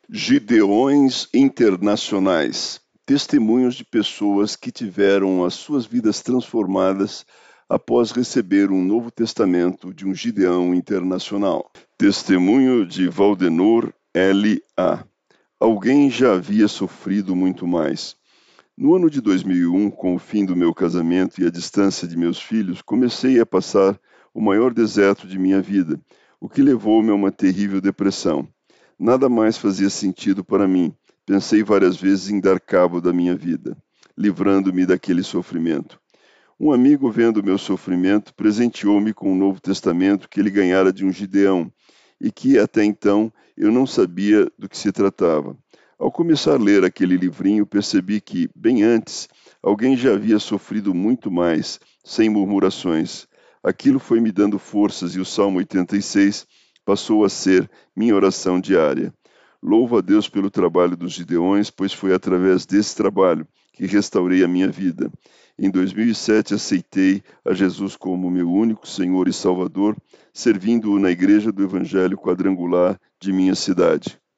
Gideões Internacionais, testemunhos de pessoas que tiveram as suas vidas transformadas após receber um novo testamento de um Gideão internacional. Testemunho de Valdenor L.A. Alguém já havia sofrido muito mais. No ano de 2001, com o fim do meu casamento e a distância de meus filhos, comecei a passar o maior deserto de minha vida, o que levou-me a uma terrível depressão. Nada mais fazia sentido para mim. Pensei várias vezes em dar cabo da minha vida, livrando-me daquele sofrimento. Um amigo, vendo meu sofrimento, presenteou-me com um Novo Testamento que ele ganhara de um Gideão e que, até então, eu não sabia do que se tratava. Ao começar a ler aquele livrinho, percebi que, bem antes, alguém já havia sofrido muito mais, sem murmurações. Aquilo foi me dando forças e o Salmo 86 passou a ser minha oração diária. Louvo a Deus pelo trabalho dos Gideões, pois foi através desse trabalho que restaurei a minha vida. Em 2007, aceitei a Jesus como meu único Senhor e Salvador, servindo-o na Igreja do Evangelho Quadrangular de minha cidade.